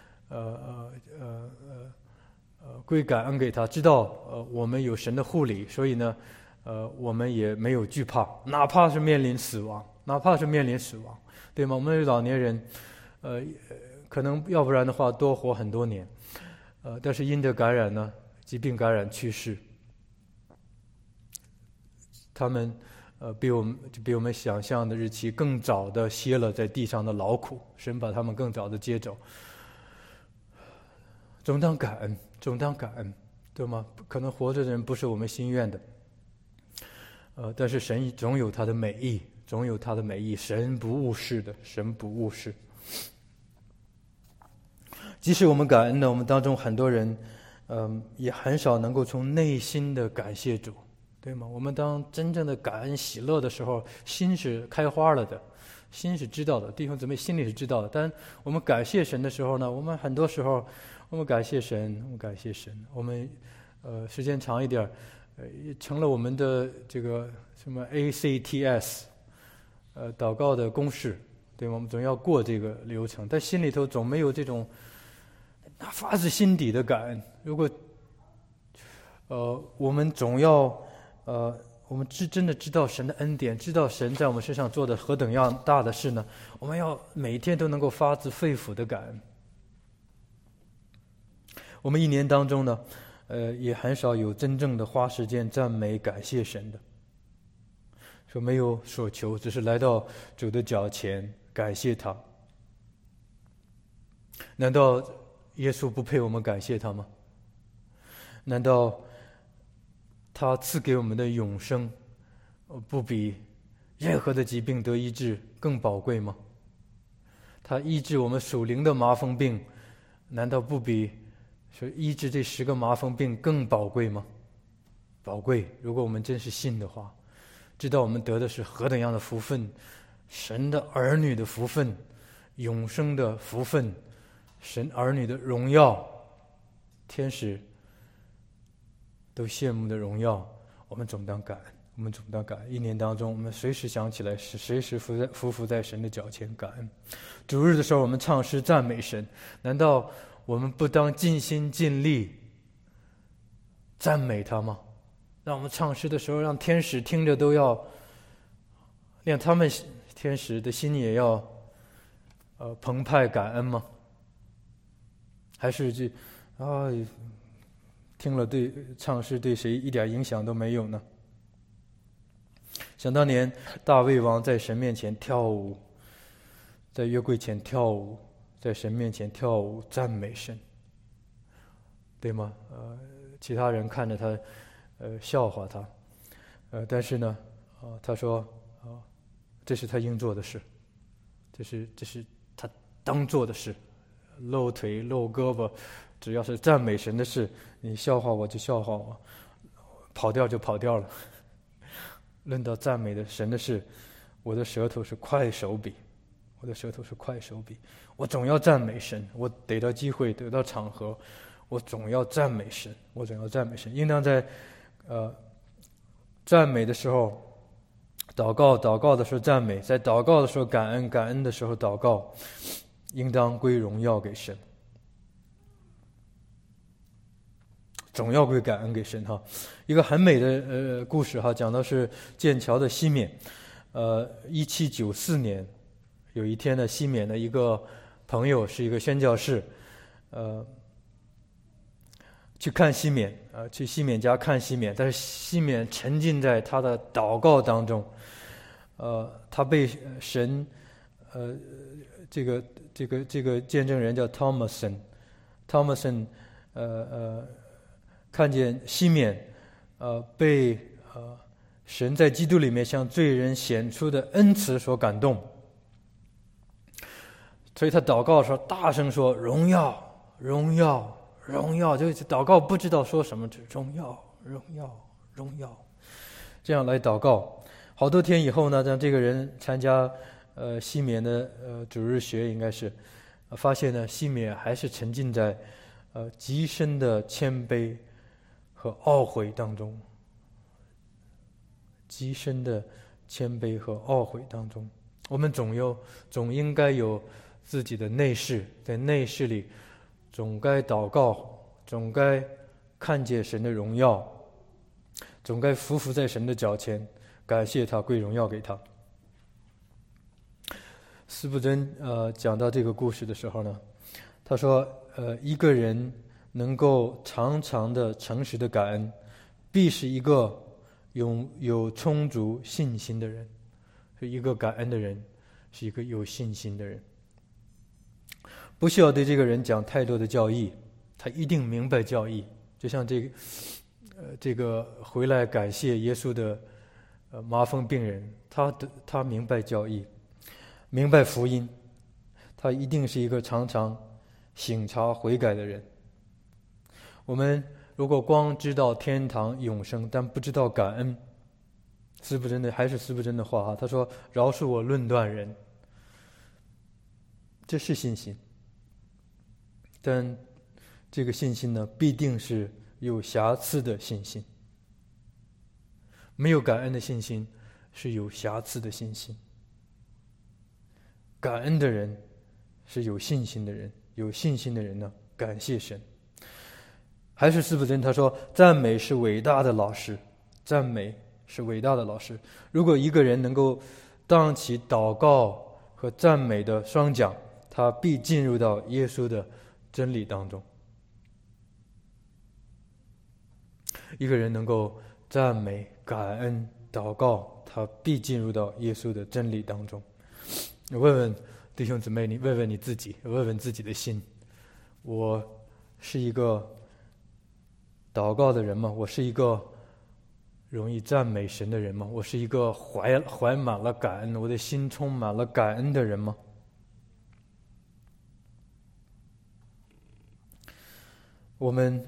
归感恩给他，知道我们有神的护理，所以呢，我们也没有惧怕，哪怕是面临死亡，对吗？我们老年人，可能要不然的话多活很多年，但是因着感染呢，疾病感染去世，他们比我们想象的日期更早的歇了在地上的劳苦，神把他们更早的接走。总当感恩，对吗？可能活着的人不是我们心愿的，但是神总有他的美意，神不误事。即使我们感恩的，我们当中很多人，也很少能够从内心的感谢主。对吗？我们当真正的感恩喜乐的时候，心是开花了的，心是知道的，弟兄姊妹心里是知道的。但我们感谢神的时候呢，我们很多时候我们感谢神，我们时间长一点，成了我们的这个什么 ACTS，祷告的公式，对吗？我们总要过这个流程，但心里头总没有这种发自心底的感恩。如果我们总要我们真的知道神的恩典，知道神在我们身上做的何等样大的事呢？我们要每天都能够发自肺腑的感恩。我们一年当中呢，也很少有真正的花时间赞美感谢神的，说没有所求，只是来到主的脚前感谢他。难道耶稣不配我们感谢他吗？难道他赐给我们的永生，不比任何的疾病得医治更宝贵吗？他医治我们属灵的麻风病，难道不比说医治这10个麻风病更宝贵吗？宝贵。如果我们真是信的话，知道我们得的是何等样的福分，神的儿女的福分，永生的福分，神儿女的荣耀，天使都羡慕的荣耀，我们总当感恩。一年当中，我们随时想起来，随时匍匐在神的脚前感恩。主日的时候，我们唱诗赞美神，难道我们不当尽心尽力赞美他吗？让我们唱诗的时候，让天使听着都要，连他们天使的心也要澎湃感恩吗？还是听了对唱诗对谁一点影响都没有呢？想当年大卫王在神面前跳舞，在约柜前跳舞，在神面前跳舞赞美神，对吗？其他人看着他笑话他，但是呢他说这是他应做的事，这是他当做的事，露腿露胳膊，只要是赞美神的事，你笑话我就笑话我，跑掉就跑掉了。论到赞美的神的事，我的舌头是快手笔，我总要赞美神，我得到机会得到场合，我总要赞美神，应当在赞美的时候祷告的时候赞美，在祷告的时候感恩的时候祷告，应当归荣耀给神，总要归感恩给神哈。一个很美的故事哈，讲的是剑桥的西缅，1794年有一天呢，西缅的一个朋友是一个宣教士，去看西缅去西缅家看西缅，但是西缅沉浸在他的祷告当中，他被神这个见证人叫 Thomason 看见西缅被神在基督里面向罪人显出的恩慈所感动， 所以他祷告的时候大声说：“荣耀，荣耀，荣耀！”就祷告不知道说什么，只荣耀，荣耀，荣耀，这样来祷告。好多天以后呢，让这个人参加西缅的主日学，应该是发现呢，西缅还是沉浸在极深的谦卑和懊悔当中，极深的谦卑和懊悔当中。我们总应该有自己的内室，在内室里总该祷告，总该看见神的荣耀，总该匍匐在神的脚前，感谢他，归荣耀给他。司布真讲到这个故事的时候呢，他说一个人能够常常的诚实的感恩，必是一个有充足信心的人。一个感恩的人是一个有信心的人，不需要对这个人讲太多的教义，他一定明白教义。就像这个回来感谢耶稣的麻风病人，他明白教义，明白福音，他一定是一个常常省察悔改的人。我们如果光知道天堂永生，但不知道感恩，司布真的话哈，他说：“饶恕我论断人。”这是信心，但这个信心呢，必定是有瑕疵的信心。没有感恩的信心是有瑕疵的信心。感恩的人是有信心的人，有信心的人呢，感谢神。还是司布真他说：“赞美是伟大的老师，赞美是伟大的老师。”如果一个人能够当起祷告和赞美的双桨，他必进入到耶稣的真理当中。一个人能够赞美、感恩、祷告，他必进入到耶稣的真理当中。问问弟兄姊妹，你问问你自己，问问自己的心：我是一个祷告的人吗？我是一个容易赞美神的人吗？我是一个怀满了感恩，我的心充满了感恩的人吗？我们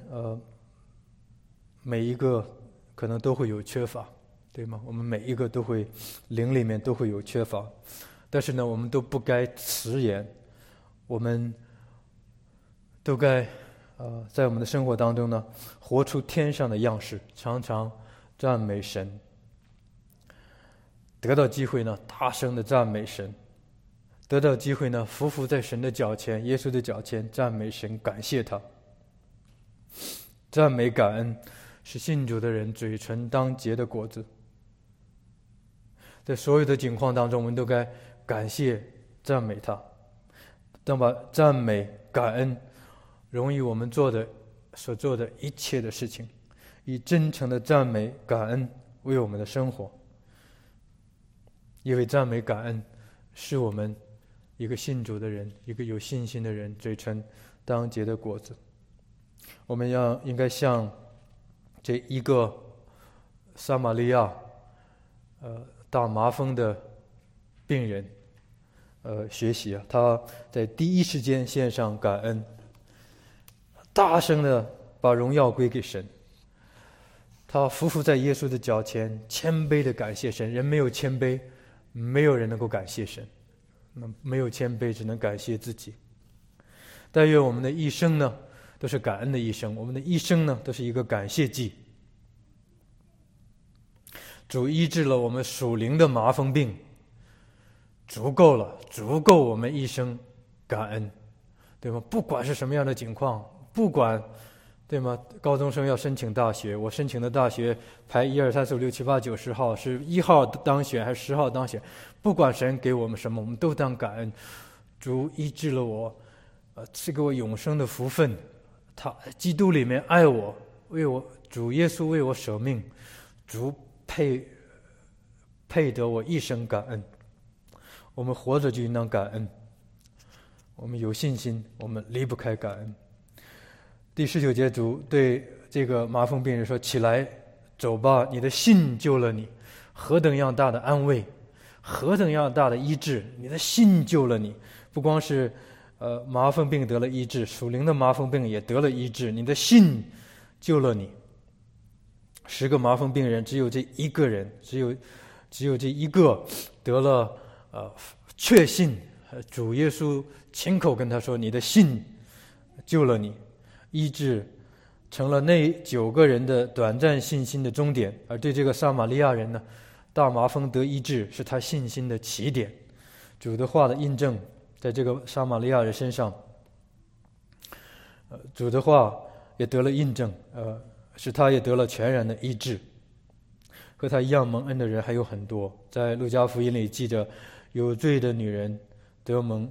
每一个可能都会有缺乏，对吗？我们每一个都会灵里面都会有缺乏，但是呢，我们都不该迟延，我们都该在我们的生活当中呢，活出天上的样式，常常赞美神，得到机会呢，大声的赞美神，得到机会呢，匍匐在神的脚前，耶稣的脚前，赞美神，感谢他。赞美感恩是信主的人嘴唇当结的果子。在所有的境况当中，我们都该感谢赞美他，当把赞美感恩容于我们所做的一切的事情，以真诚的赞美感恩为我们的生活。因为赞美感恩是我们一个信主的人，一个有信心的人嘴唇当结的果子。我们应该向这一个撒玛利亚大麻风的病人学习啊，他在第一时间献上感恩，大声的把荣耀归给神。他匍匐在耶稣的脚前，谦卑的感谢神。人没有谦卑，没有人能够感谢神。那没有谦卑，只能感谢自己。但愿我们的一生呢，都是感恩的一生，我们的一生呢，都是一个感谢祭。主医治了我们属灵的麻风病，足够我们一生感恩，对吗？不管是什么样的情况，不管，对吗？高中生要申请大学，我申请的大学排1、2、3、4、5、6、7、8、9、10号，是1号当选还是10号当选？不管神给我们什么，我们都当感恩。主医治了我，赐给我永生的福分。他基督里面爱我，为我主耶稣为我舍命，主配得我一生感恩。我们活着就应当感恩，我们有信心，我们离不开感恩。第19节，主对这个麻风病人说：“起来，走吧，你的信救了你。”何等样大的安慰， 何等样大的医治！你的信救了你，不光是麻风病得了医治，属灵的麻风病也得了医治，你的信救了你。10个麻风病人，只有这一个人，只有这一个得了确信，主耶稣亲口跟他说：“你的信救了你。”医治成了那9个人的短暂信心的终点，而对这个撒玛利亚人呢，大麻风得医治是他信心的起点。主的话的印证在这个撒玛利亚人身上，主的话也得了印证，使他也得了全然的医治。和他一样蒙恩的人还有很多，在路加福音里记着有罪的女人得蒙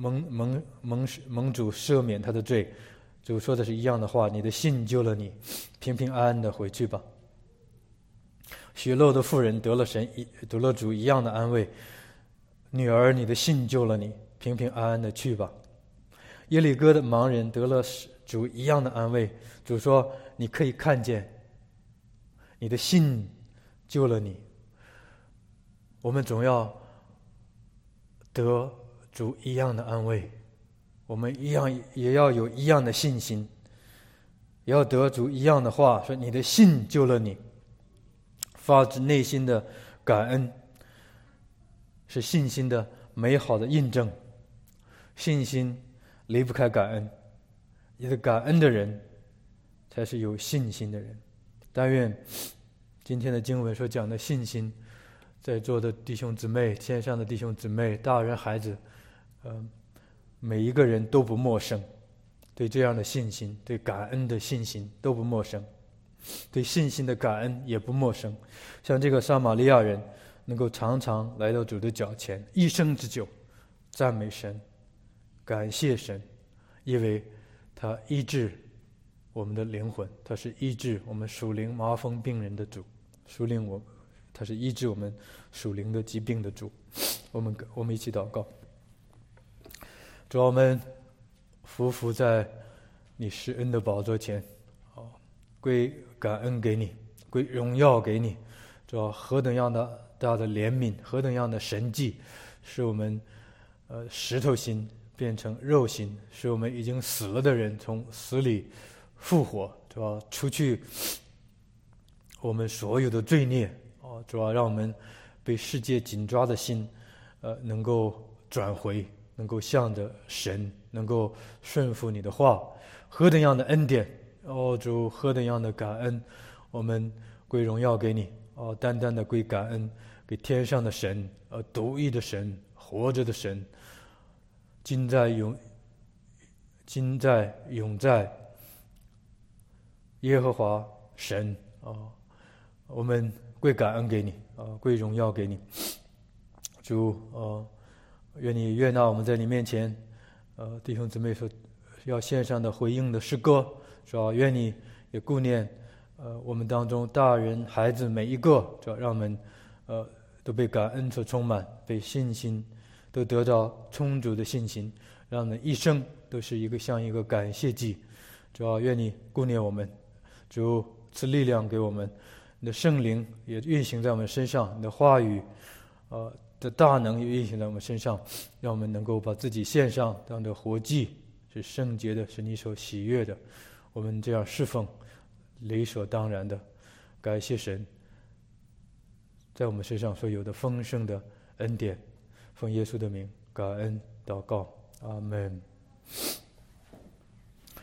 主赦免她的罪，主说的是一样的话：你的信救了你，平平安安的回去吧。血漏的妇人得了主一样的安慰：女儿，你的信救了你，平平安安的去吧。耶利哥的盲人得了主一样的安慰，主说：你可以看见，你的信救了你。我们总要得主一样的安慰，我们也要有一样的信心，也要得主一样的话，说你的信救了你。发自内心的感恩是信心的美好的印证，信心离不开感恩，一个感恩的人才是有信心的人。但愿今天的经文所讲的信心，在座的弟兄姊妹，线上的弟兄姊妹，大人孩子，每一个人都不陌生，对这样的信心，对感恩的信心都不陌生，对信心的感恩也不陌生。像这个撒玛利亚人能够常常来到主的脚前，一生之久赞美神，感谢神，因为他医治我们的灵魂，他是医治我们属灵麻风病人的主，他是医治我们属灵的疾病的主。我们一起祷告。主，我们匍匐在你施恩的宝座前，归感恩给你，归荣耀给你。主，何等样的大的怜悯，何等样的神迹，使我们石头心变成肉心，使我们已经死了的人从死里复活，主要除去我们所有的罪孽，主要让我们被世界紧抓的心能够转回，能够向着神，能够顺服你的话。何等样的恩典，主，何等样的感恩，我们归荣耀给你，单单的归感恩给天上的神，独一的神，活着的神，今在永在耶和华神，我们归感恩给你，归荣耀给你。主，愿你悦纳我们在你面前弟兄姊妹所要献上的回应的诗歌，主要愿你也顾念我们当中大人孩子每一个，主要让我们都被感恩所充满，被信心都得到充足的信心，让我们一生都是像一个感谢祭。主要愿你顾念我们，主赐力量给我们，你的圣灵也运行在我们身上，你的话语的大能也运行在我们身上，让我们能够把自己献上当的活祭，是圣洁的，是你所喜悦的。我们这样侍奉理所当然的感谢神在我们身上所有的丰盛的恩典。奉耶稣的名感恩祷告，阿们。